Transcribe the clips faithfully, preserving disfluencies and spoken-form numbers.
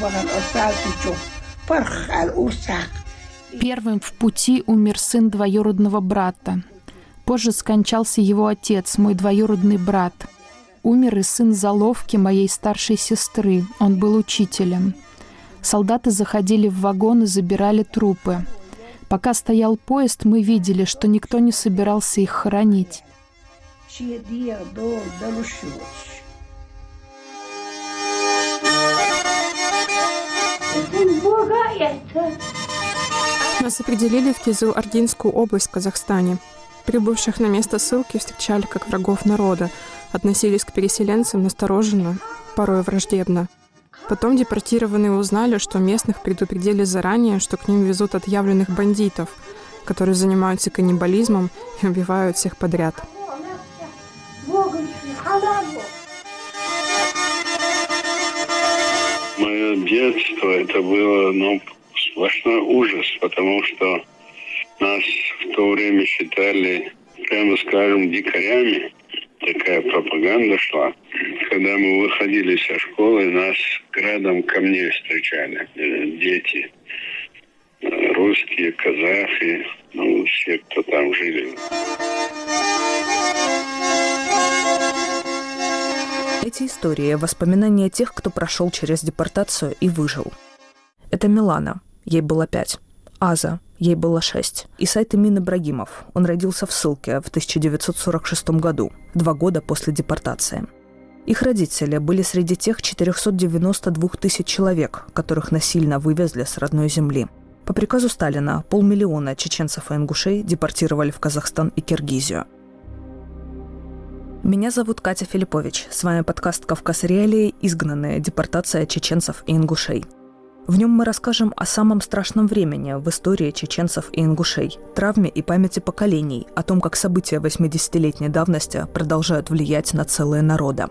Первым в пути умер сын двоюродного брата. Позже скончался его отец, мой двоюродный брат. Умер и сын Заловки, моей старшей сестры. Он был учителем. Солдаты заходили в вагон и забирали трупы. Пока стоял поезд, мы видели, что никто не собирался их хоронить. Нас определили в Кизыл-Ординскую область в Казахстане. Прибывших на место ссылки встречали как врагов народа, относились к переселенцам настороженно, порой враждебно. Потом депортированные узнали, что местных предупредили заранее, что к ним везут отъявленных бандитов, которые занимаются каннибализмом и убивают всех подряд. Мое детство это было, ну, сплошной ужас, потому что нас в то время считали, прямо скажем, дикарями. Такая пропаганда шла. Когда мы выходили со школы, нас градом камней встречали. Дети, русские, казахи, ну, все, кто там жили. Эти истории – воспоминания тех, кто прошел через депортацию и выжил. Это Милана, ей было пять. Аза, ей было шесть. И Сайт Эмин Ибрагимов. Он родился в ссылке в тысяча девятьсот сорок шестом году, два года после депортации. Их родители были среди тех четырехсот девяноста двух тысяч человек, которых насильно вывезли с родной земли. По приказу Сталина полмиллиона чеченцев и ингушей депортировали в Казахстан и Киргизию. Меня зовут Катя Филиппович. С вами подкаст «Кавказ Реалии. Изгнанные. Депортация чеченцев и ингушей». В нем мы расскажем о самом страшном времени в истории чеченцев и ингушей, травме и памяти поколений, о том, как события восьмидесятилетней давности продолжают влиять на целые народы.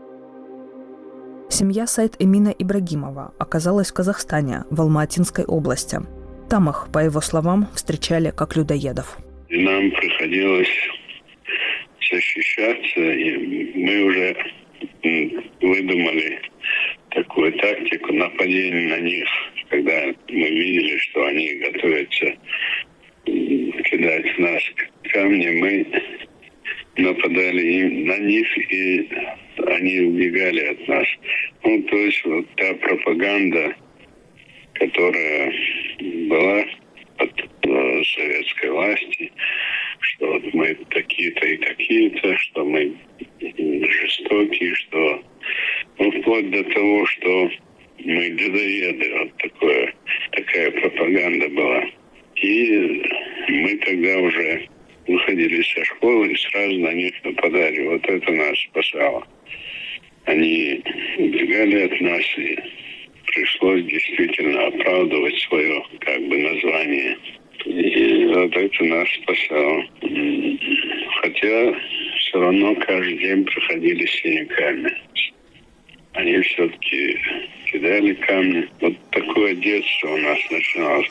Семья Сайт Эмина Ибрагимова оказалась в Казахстане, в Алма-Атинской области. Там их, по его словам, встречали как людоедов. И нам приходилось защищаться, и мы уже выдумали такую тактику нападения на них, когда мы видели, что они готовятся кидать в нас камни, мы нападали им на них, и они убегали от нас. Ну, то есть вот та пропаганда, которая была от э, советской власти, что вот мы такие-то и такие-то, что мы жестокие, что ну, вплоть до того, что мы людоеды, вот такое, такая пропаганда была. И мы тогда уже выходили со школы и сразу на них нападали. Вот это нас спасало. Они убегали от нас, и пришлось действительно оправдывать свое как бы название. И вот это нас спасало. Хотя все равно каждый день проходили синяками. Они все-таки кидали камни. Вот такое детство у нас начиналось.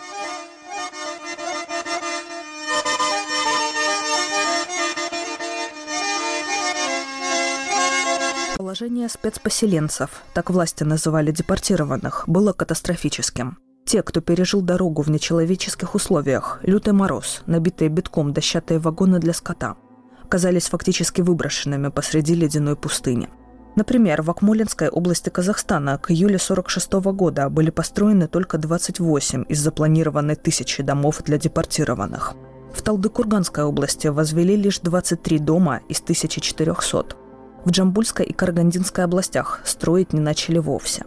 Положение спецпоселенцев, так власти называли депортированных, было катастрофическим. Те, кто пережил дорогу в нечеловеческих условиях, лютый мороз, набитые битком дощатые вагоны для скота, оказались фактически выброшенными посреди ледяной пустыни. Например, в Акмолинской области Казахстана к июлю сорок шестого года были построены только двадцать восемь из запланированной тысячи домов для депортированных. В Талдыкурганской области возвели лишь двадцать три дома из тысячи четырехсот. В Джамбульской и Карагандинской областях строить не начали вовсе.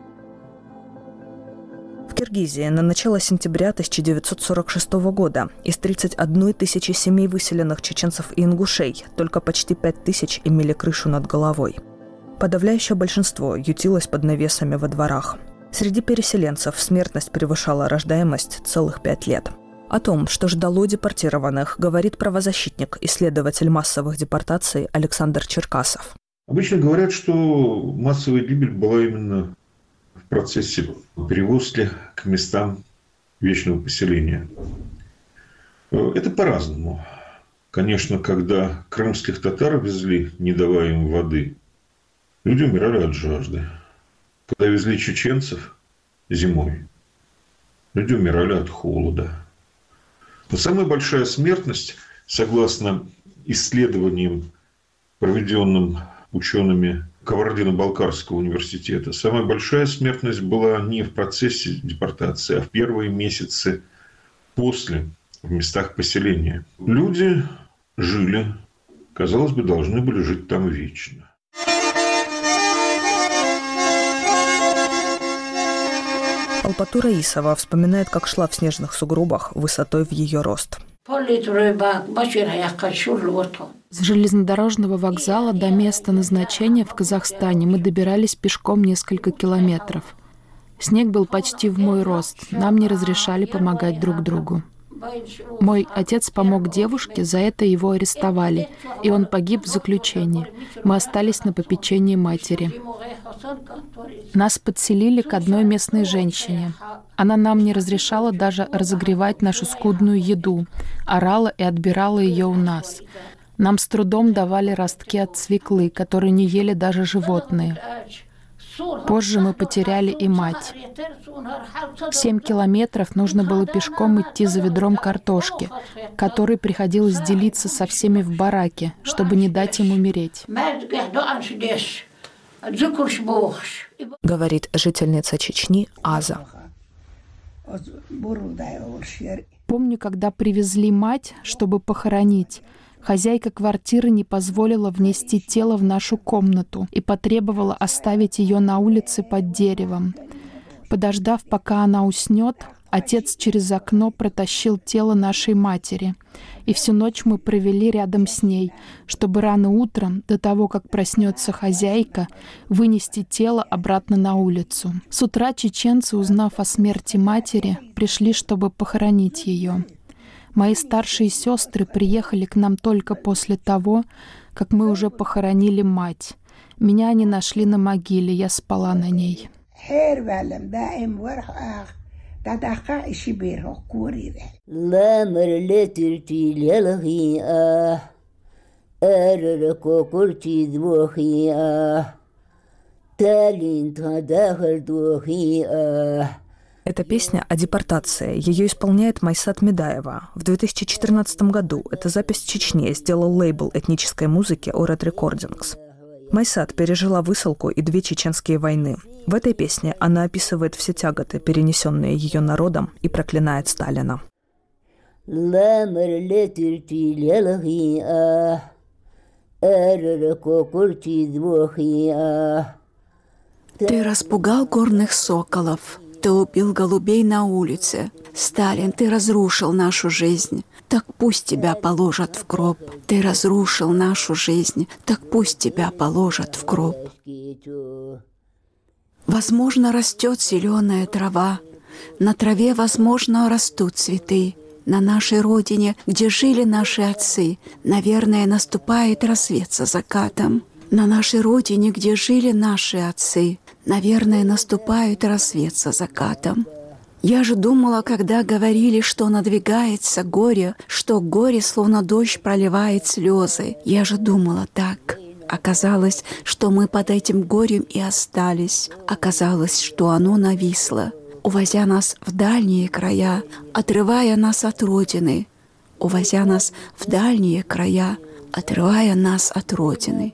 В Киргизии на начало сентября тысяча девятьсот сорок шестого года из тридцати одной тысячи семей выселенных чеченцев и ингушей только почти пять тысяч имели крышу над головой. Подавляющее большинство ютилось под навесами во дворах. Среди переселенцев смертность превышала рождаемость целых пять лет. О том, что ждало депортированных, говорит правозащитник, исследователь массовых депортаций Александр Черкасов. Обычно говорят, что массовая гибель была именно в процессе перевозки к местам вечного поселения. Это по-разному. Конечно, когда крымских татар везли, не давая им воды, люди умирали от жажды. Когда везли чеченцев, зимой. Люди умирали от холода. Но самая большая смертность, согласно исследованиям, проведенным учеными Кабардино-Балкарского университета, самая большая смертность была не в процессе депортации, а в первые месяцы после, в местах поселения. Люди жили, казалось бы, должны были жить там вечно. Алпату Раисова вспоминает, как шла в снежных сугробах высотой в ее рост. С железнодорожного вокзала до места назначения в Казахстане мы добирались пешком несколько километров. Снег был почти в мой рост, нам не разрешали помогать друг другу. Мой отец помог девушке, за это его арестовали, и он погиб в заключении. Мы остались на попечении матери. Нас подселили к одной местной женщине. Она нам не разрешала даже разогревать нашу скудную еду, орала и отбирала ее у нас. Нам с трудом давали ростки от свеклы, которые не ели даже животные. Позже мы потеряли и мать. Семь километров нужно было пешком идти за ведром картошки, которой приходилось делиться со всеми в бараке, чтобы не дать им умереть. Говорит жительница Чечни Аза. Помню, когда привезли мать, чтобы похоронить, хозяйка квартиры не позволила внести тело в нашу комнату и потребовала оставить ее на улице под деревом. Подождав, пока она уснет, отец через окно протащил тело нашей матери. И всю ночь мы провели рядом с ней, чтобы рано утром, до того, как проснется хозяйка, вынести тело обратно на улицу. С утра чеченцы, узнав о смерти матери, пришли, чтобы похоронить ее. Мои старшие сестры приехали к нам только после того, как мы уже похоронили мать. Меня они нашли на могиле, я спала на ней. Эта песня о депортации. Ее исполняет Майсат Медаева. В две тысячи четырнадцатом году эта запись в Чечне сделал лейбл этнической музыки Орет Recordings. Майсат пережила высылку и две чеченские войны. В этой песне она описывает все тяготы, перенесенные ее народом, и проклинает Сталина. Ты распугал горных соколов. Ты убил голубей на улице. Сталин, ты разрушил нашу жизнь. Так пусть тебя положат в гроб. Ты разрушил нашу жизнь. Так пусть тебя положат в гроб. Возможно, растет зеленая трава. На траве, возможно, растут цветы. На нашей родине, где жили наши отцы, наверное, наступает рассвет за закатом. На нашей родине, где жили наши отцы, наверное, наступает рассвет за закатом. Я же думала, когда говорили, что надвигается горе, что горе, словно дождь, проливает слезы. Я же думала так. Оказалось, что мы под этим горем и остались. Оказалось, что оно нависло, увозя нас в дальние края, отрывая нас от Родины. Увозя нас в дальние края, отрывая нас от Родины.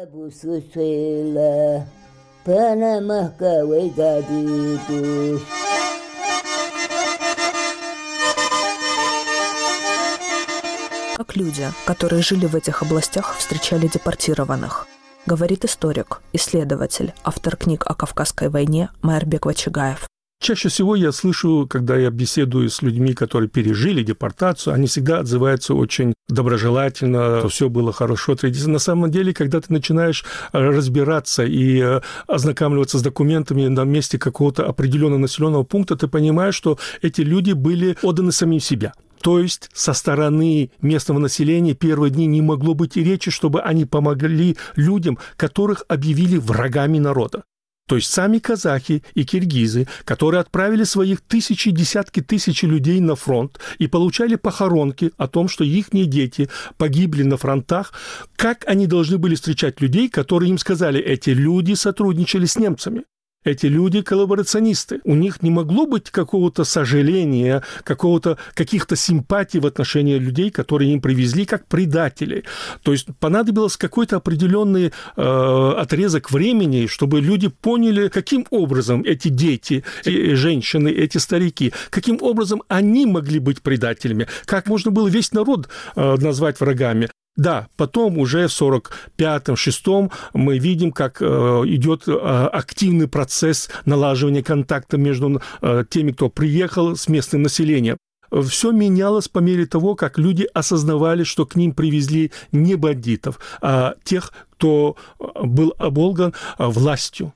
Как люди, которые жили в этих областях, встречали депортированных, говорит историк, исследователь, автор книг о Кавказской войне Майырбек Вачигаев. Чаще всего я слышу, когда я беседую с людьми, которые пережили депортацию, они всегда отзываются очень доброжелательно, что все было хорошо. На самом деле, когда ты начинаешь разбираться и ознакомливаться с документами на месте какого-то определенного населенного пункта, ты понимаешь, что эти люди были отданы самим себе. То есть со стороны местного населения первые дни не могло быть и речи, чтобы они помогли людям, которых объявили врагами народа. То есть сами казахи и киргизы, которые отправили своих тысячи, десятки тысяч людей на фронт и получали похоронки о том, что их дети погибли на фронтах, как они должны были встречать людей, которые им сказали, эти люди сотрудничали с немцами. Эти люди коллаборационисты. У них не могло быть какого-то сожаления, какого-то, каких-то симпатий в отношении людей, которые им привезли как предателей. То есть понадобилось какой-то определенный э, отрезок времени, чтобы люди поняли, каким образом эти дети, эти женщины, эти старики, каким образом они могли быть предателями, как можно было весь народ э, назвать врагами. Да, потом уже в сорок пятом, шестом мы видим, как э, идет э, активный процесс налаживания контакта между э, теми, кто приехал, с местным населением. Все менялось по мере того, как люди осознавали, что к ним привезли не бандитов, а тех, кто был оболган властью.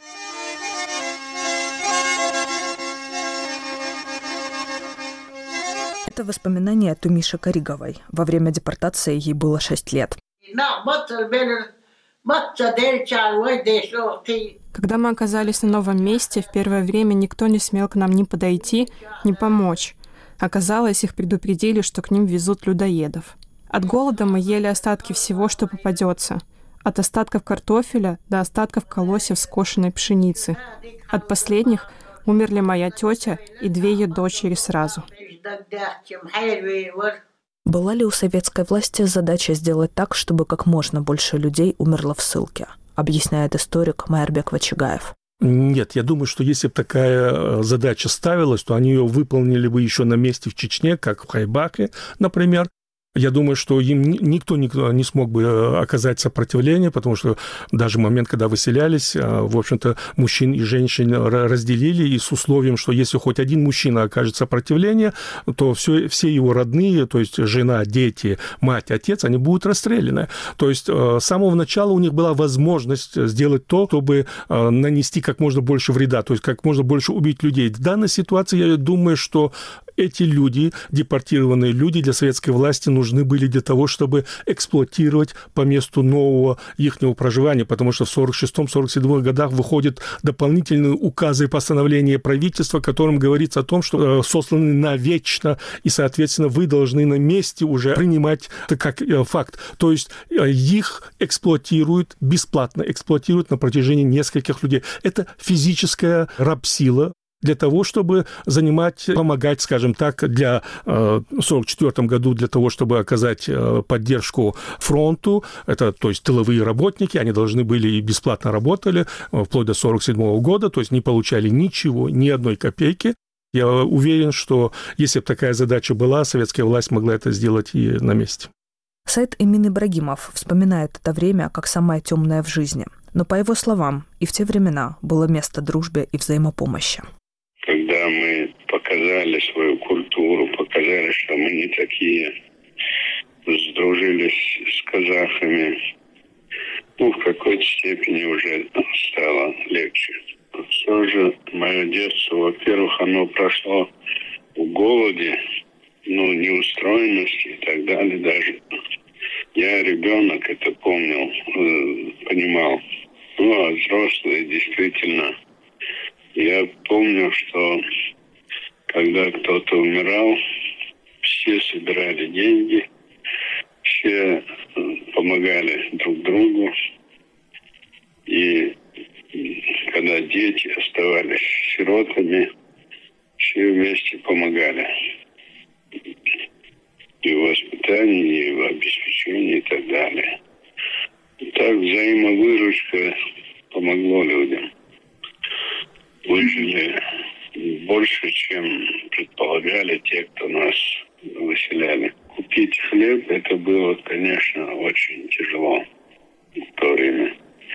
Это воспоминания Тумиши Кариговой. Во время депортации ей было шесть лет. Когда мы оказались на новом месте, в первое время никто не смел к нам ни подойти, ни помочь. Оказалось, их предупредили, что к ним везут людоедов. От голода мы ели остатки всего, что попадется. От остатков картофеля до остатков колосьев скошенной пшеницы. От последних умерли моя тетя и две ее дочери сразу. Была ли у советской власти задача сделать так, чтобы как можно больше людей умерло в ссылке? Объясняет историк Майербек Вачигаев. Нет, я думаю, что если бы такая задача ставилась, то они ее выполнили бы еще на месте в Чечне, как в Хайбаке, например. Я думаю, что им никто, никто не смог бы оказать сопротивление, потому что даже в момент, когда выселялись, в общем-то, мужчин и женщин разделили, и с условием, что если хоть один мужчина окажет сопротивление, то все, все его родные, то есть жена, дети, мать, отец, они будут расстреляны. То есть с самого начала у них была возможность сделать то, чтобы нанести как можно больше вреда, то есть как можно больше убить людей. В данной ситуации я думаю, что эти люди, депортированные люди для советской власти нужны были для того, чтобы эксплуатировать по месту нового ихнего проживания, потому что в сорок шестом — сорок седьмом годах выходят дополнительные указы и постановления правительства, в котором говорится о том, что сосланы навечно, и, соответственно, вы должны на месте уже принимать это как факт. То есть их эксплуатируют, бесплатно эксплуатируют на протяжении нескольких людей. Это физическая рабсила, для того, чтобы занимать, помогать, скажем так, для в сорок четвёртом году для того, чтобы оказать поддержку фронту. Это, то есть, тыловые работники, они должны были и бесплатно работали вплоть до сорок седьмого года, то есть не получали ничего, ни одной копейки. Я уверен, что если бы такая задача была, советская власть могла это сделать и на месте. Саид Эмин Ибрагимов вспоминает это время как самое темное в жизни. Но, по его словам, и в те времена было место дружбе и взаимопомощи. Когда мы показали свою культуру, показали, что мы не такие, сдружились с казахами, ну, в какой-то степени уже стало легче. Все же мое детство, во-первых, оно прошло в голоде, ну, неустроенности и так далее даже. Я, ребенок, это помнил, понимал. Ну, а взрослые действительно... Я помню, что когда кто-то умирал, все собирали деньги, все помогали друг другу. И когда дети оставались сиротами, все вместе помогали. И в воспитании, и в обеспечении, и так далее. И так взаимовыручка помогло людям. Выжили больше, чем предполагали те, кто нас выселяли. Купить хлеб, это было, конечно, очень тяжело в то время.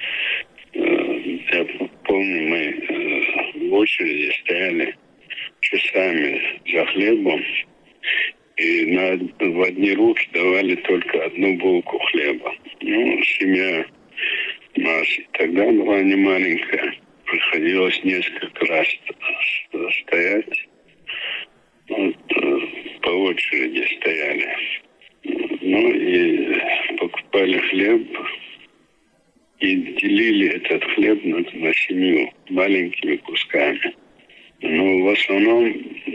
Я помню, мы в очереди стояли часами за хлебом, и на, в одни руки давали только одну булку хлеба. Ну, семья у нас и тогда была не маленькая. Приходилось несколько раз стоять. Вот, по очереди стояли. Ну и покупали хлеб и делили этот хлеб на, на семью маленькими кусками. Но в основном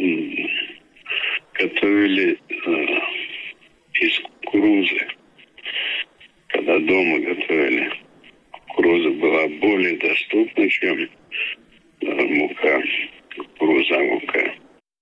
готовили э, из кукурузы. Когда дома готовили. Кукуруза была более доступна, чем мука, кукуруза, мука.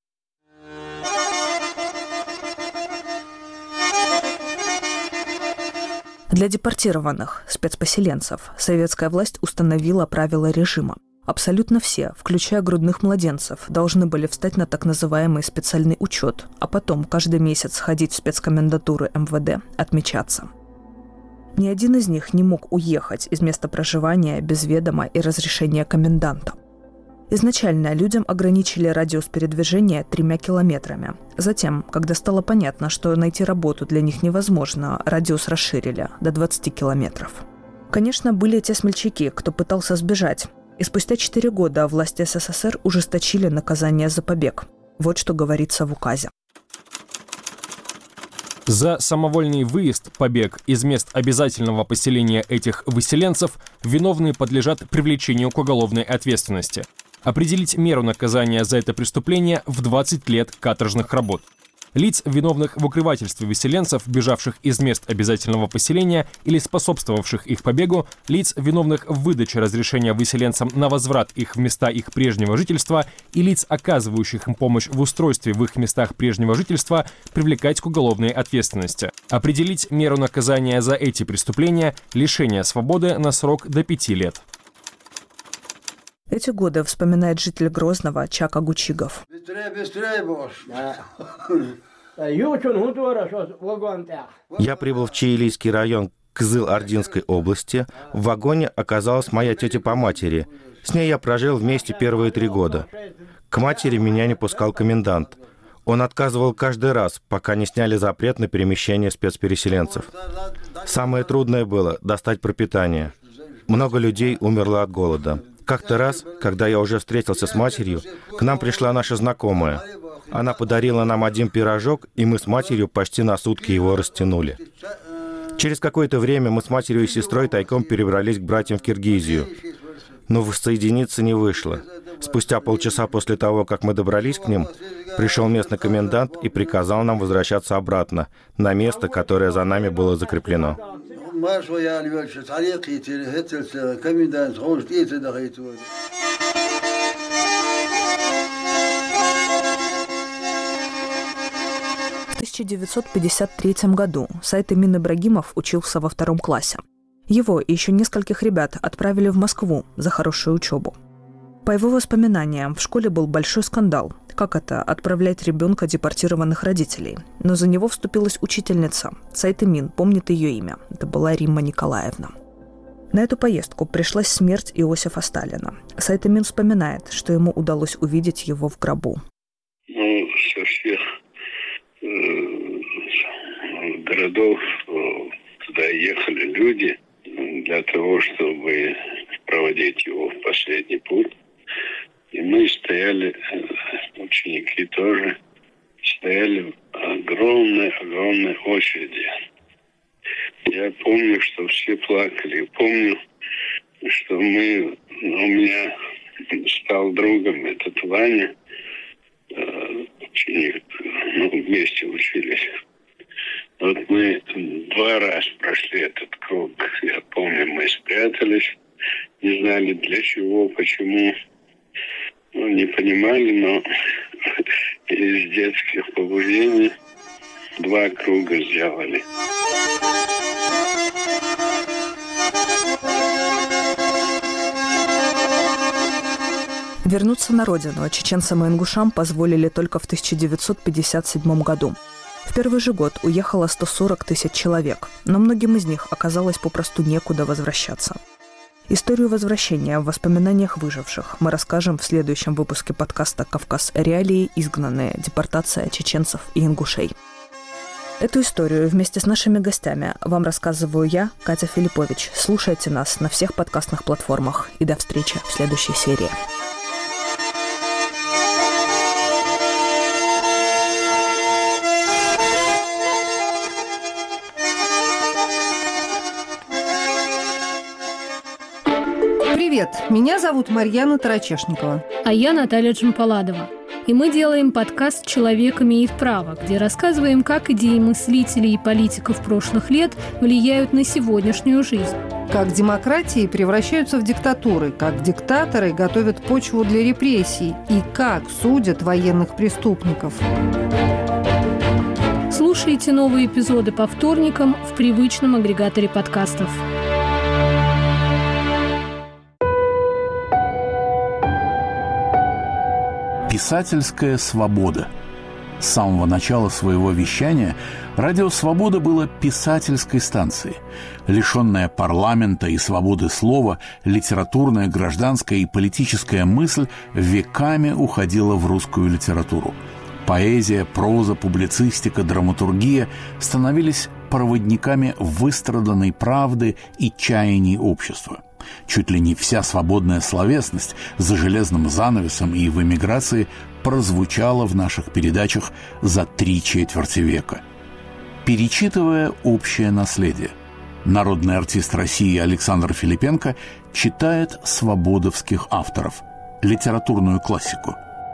Для депортированных спецпоселенцев советская власть установила правила режима. Абсолютно все, включая грудных младенцев, должны были встать на так называемый специальный учет, а потом каждый месяц ходить в спецкомендатуру эм вэ дэ, отмечаться. Ни один из них не мог уехать из места проживания без ведома и разрешения коменданта. Изначально людям ограничили радиус передвижения тремя километрами. Затем, когда стало понятно, что найти работу для них невозможно, радиус расширили до двадцати километров. Конечно, были те смельчаки, кто пытался сбежать. И спустя четыре года власти эс эс эс эр ужесточили наказание за побег. Вот что говорится в указе. За самовольный выезд, побег из мест обязательного поселения этих выселенцев виновные подлежат привлечению к уголовной ответственности. Определить меру наказания за это преступление в двадцать лет каторжных работ. Лиц, виновных в укрывательстве выселенцев, бежавших из мест обязательного поселения или способствовавших их побегу, лиц, виновных в выдаче разрешения выселенцам на возврат их в места их прежнего жительства и лиц, оказывающих им помощь в устройстве в их местах прежнего жительства, привлекать к уголовной ответственности. Определить меру наказания за эти преступления – лишение свободы на срок до пяти лет. Эти годы вспоминает житель Грозного Чака Гучигов. Я прибыл в Чаилийский район Кызыл-Ординской области. В вагоне оказалась моя тетя по матери. С ней я прожил вместе первые три года. К матери меня не пускал комендант. Он отказывал каждый раз, пока не сняли запрет на перемещение спецпереселенцев. Самое трудное было достать пропитание. Много людей умерло от голода. Как-то раз, когда я уже встретился с матерью, к нам пришла наша знакомая. Она подарила нам один пирожок, и мы с матерью почти на сутки его растянули. Через какое-то время мы с матерью и сестрой тайком перебрались к братьям в Киргизию. Но воссоединиться не вышло. Спустя полчаса после того, как мы добрались к ним, пришел местный комендант и приказал нам возвращаться обратно, на место, которое за нами было закреплено. В тысяча девятьсот пятьдесят третьем году Сайт Эмин Ибрагимов учился во втором классе. Его и еще нескольких ребят отправили в Москву за хорошую учебу. По его воспоминаниям, в школе был большой скандал. Как это – отправлять ребенка депортированных родителей? Но за него вступилась учительница. Сайт Эмин помнит ее имя. Это была Римма Николаевна. На эту поездку пришлась смерть Иосифа Сталина. Сайт Эмин вспоминает, что ему удалось увидеть его в гробу. Ну, со всех э, городов э, туда ехали люди для того, чтобы проводить его в последний путь. И мы стояли, ученики тоже, стояли в огромной-огромной очереди. Я помню, что все плакали. Помню, что мы, у меня стал другом этот Ваня, ученик, ну, вместе учились. Вот мы два раза прошли этот круг. Я помню, мы спрятались, не знали для чего, почему. Ну, не понимали, но из детских побуждений два круга сделали. Вернуться на родину чеченцам и ингушам позволили только в тысяча девятьсот пятьдесят седьмом году. В первый же год уехало сто сорок тысяч человек, но многим из них оказалось попросту некуда возвращаться. Историю возвращения в воспоминаниях выживших мы расскажем в следующем выпуске подкаста «Кавказ. Реалии. Изгнанные. Депортация чеченцев и ингушей». Эту историю вместе с нашими гостями вам рассказываю я, Катя Филиппович. Слушайте нас на всех подкастных платформах. И до встречи в следующей серии. Привет, меня зовут Марьяна Тарачешникова. А я Наталья Джампаладова. И мы делаем подкаст «Человек имеет право», где рассказываем, как идеи мыслителей и политиков прошлых лет влияют на сегодняшнюю жизнь. Как демократии превращаются в диктатуры, как диктаторы готовят почву для репрессий и как судят военных преступников. Слушайте новые эпизоды по вторникам в привычном агрегаторе подкастов. Писательская свобода. С самого начала своего вещания Радио Свобода было писательской станцией. Лишенная парламента и свободы слова, литературная, гражданская и политическая мысль веками уходила в русскую литературу. Поэзия, проза, публицистика, драматургия становились проводниками выстраданной правды и чаяний общества. Чуть ли не вся свободная словесность за железным занавесом и в эмиграции прозвучала в наших передачах за три четверти века. Перечитывая общее наследие, народный артист России Александр Филипенко читает свободовских авторов, литературную классику.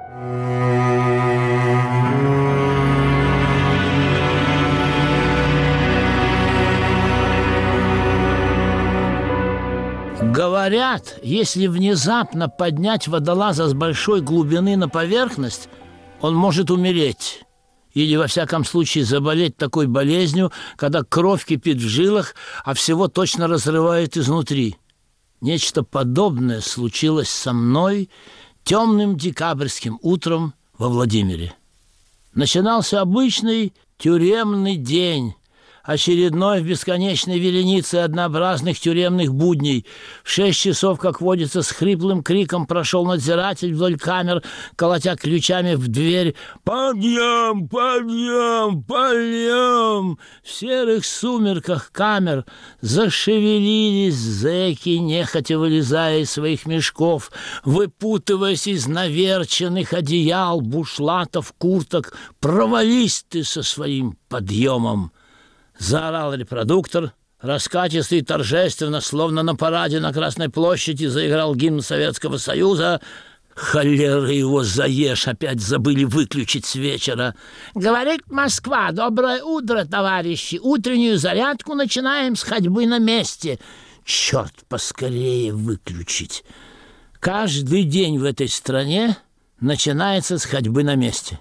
Говорят, если внезапно поднять водолаза с большой глубины на поверхность, он может умереть. Или, во всяком случае, заболеть такой болезнью, когда кровь кипит в жилах, а всего точно разрывает изнутри. Нечто подобное случилось со мной темным декабрьским утром во Владимире. Начинался обычный тюремный день, очередной в бесконечной веренице однообразных тюремных будней. В шесть часов, как водится, с хриплым криком прошел надзиратель вдоль камер, колотя ключами в дверь. «Подъем! Подъем! Подъем!» В серых сумерках камер зашевелились зэки, нехотя вылезая из своих мешков, выпутываясь из наверченных одеял, бушлатов, курток. «Провались ты со своим подъемом!» Заорал репродуктор, раскатисто и торжественно, словно на параде на Красной площади, заиграл гимн Советского Союза. Холера его заешь, опять забыли выключить с вечера. Говорит Москва: доброе утро, товарищи, утреннюю зарядку начинаем с ходьбы на месте. Черт, поскорее выключить. Каждый день в этой стране начинается с ходьбы на месте.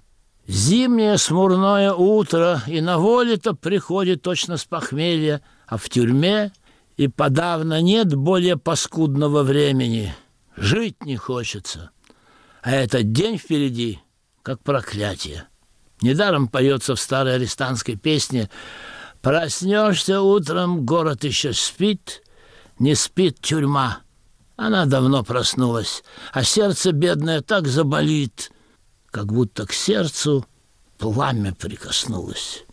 Зимнее смурное утро, и на воле-то приходит точно с похмелья, а в тюрьме и подавно нет более паскудного времени. Жить не хочется. А этот день впереди, как проклятие. Недаром поется в старой арестантской песне: «Проснешься утром, город еще спит, не спит тюрьма». Она давно проснулась, а сердце бедное так заболит, как будто к сердцу пламя прикоснулось.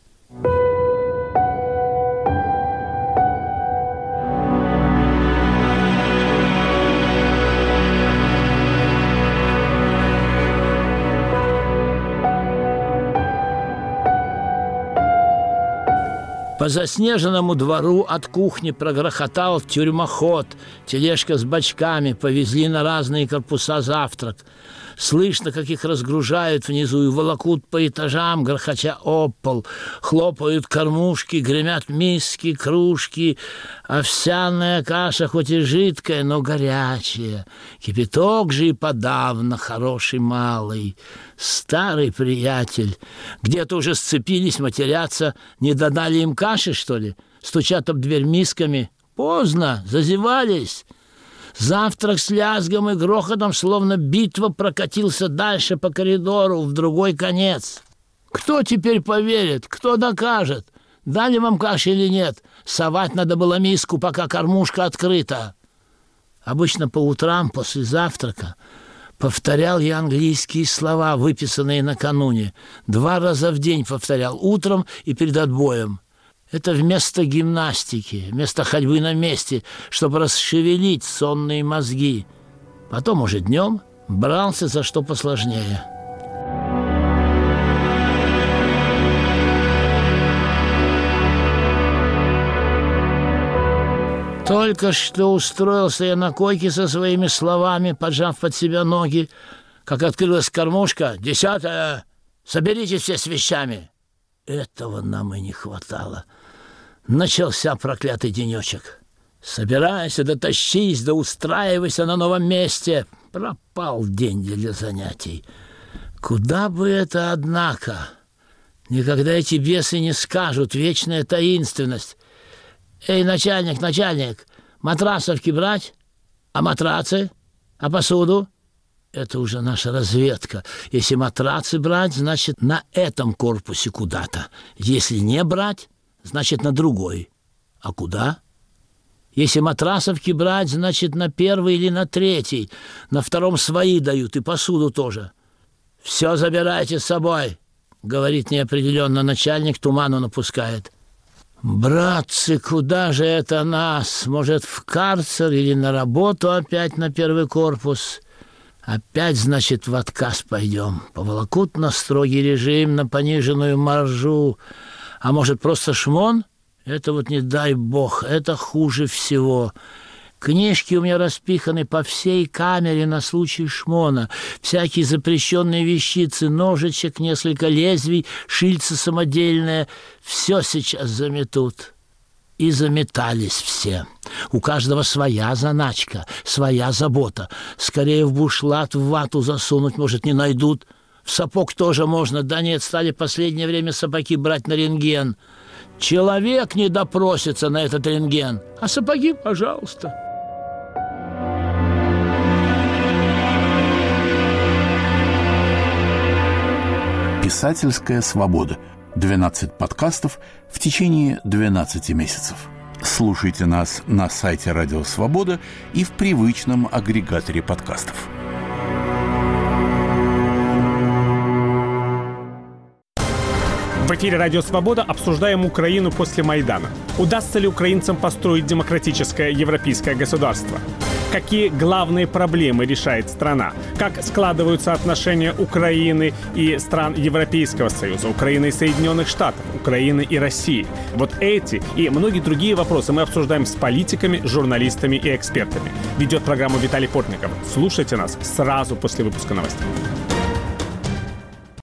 По заснеженному двору от кухни прогрохотал тюрьмоход. Тележка с бочками, повезли на разные корпуса завтрак. Слышно, как их разгружают внизу и волокут по этажам, грохоча об пол. Хлопают кормушки, гремят миски, кружки. Овсяная каша хоть и жидкая, но горячая. Кипяток же и подавно хороший малый. Старый приятель. Где-то уже сцепились, матерятся. Не додали им каши, что ли? Стучат об дверь мисками. Поздно, зазевались. Завтрак с лязгом и грохотом, словно битва, прокатился дальше по коридору, в другой конец. Кто теперь поверит? Кто докажет? Дали вам каши или нет? Совать надо было миску, пока кормушка открыта. Обычно по утрам после завтрака повторял я английские слова, выписанные накануне. Два раза в день повторял, утром и перед отбоем. Это вместо гимнастики, вместо ходьбы на месте, чтобы расшевелить сонные мозги. Потом уже днем брался за что посложнее. Только что устроился я на койке со своими словами, поджав под себя ноги, как открылась кормушка, десятая, соберитесь все с вещами. Этого нам и не хватало. Начался проклятый денечек. Собирайся, да тащись, да устраивайся на новом месте. Пропал день для занятий. Куда бы это, однако? Никогда эти бесы не скажут, вечная таинственность. Эй, начальник, начальник, матрасовки брать? А матрацы? А посуду? Это уже наша разведка. Если матрацы брать, значит, на этом корпусе куда-то. Если не брать, значит, на другой. А куда? Если матрасовки брать, значит, на первый или на третий. На втором свои дают, и посуду тоже. «Все забирайте с собой», — говорит неопределенно начальник, туману напускает. «Братцы, куда же это нас? Может, в карцер или на работу опять на первый корпус? Опять, значит, в отказ пойдем. Поволокут на строгий режим, на пониженную маржу. А может, просто шмон? Это вот не дай бог, это хуже всего. Книжки у меня распиханы по всей камере на случай шмона. Всякие запрещенные вещицы, ножичек, несколько лезвий, шильца самодельное. Все сейчас заметут». И заметались все. У каждого своя заначка, своя забота. Скорее в бушлат, в вату засунуть, может, не найдут. В сапог тоже можно. Да нет, стали в последнее время сапоги брать на рентген. Человек не допросится на этот рентген. А сапоги, пожалуйста. Писательская свобода. двенадцать подкастов в течение двенадцати месяцев. Слушайте нас на сайте Радио Свобода и в привычном агрегаторе подкастов. В эфире «Радио Свобода» обсуждаем Украину после Майдана. Удастся ли украинцам построить демократическое европейское государство? Какие главные проблемы решает страна? Как складываются отношения Украины и стран Европейского Союза, Украины и Соединенных Штатов, Украины и России? Вот эти и многие другие вопросы мы обсуждаем с политиками, журналистами и экспертами. Ведет программу Виталий Портников. Слушайте нас сразу после выпуска новостей.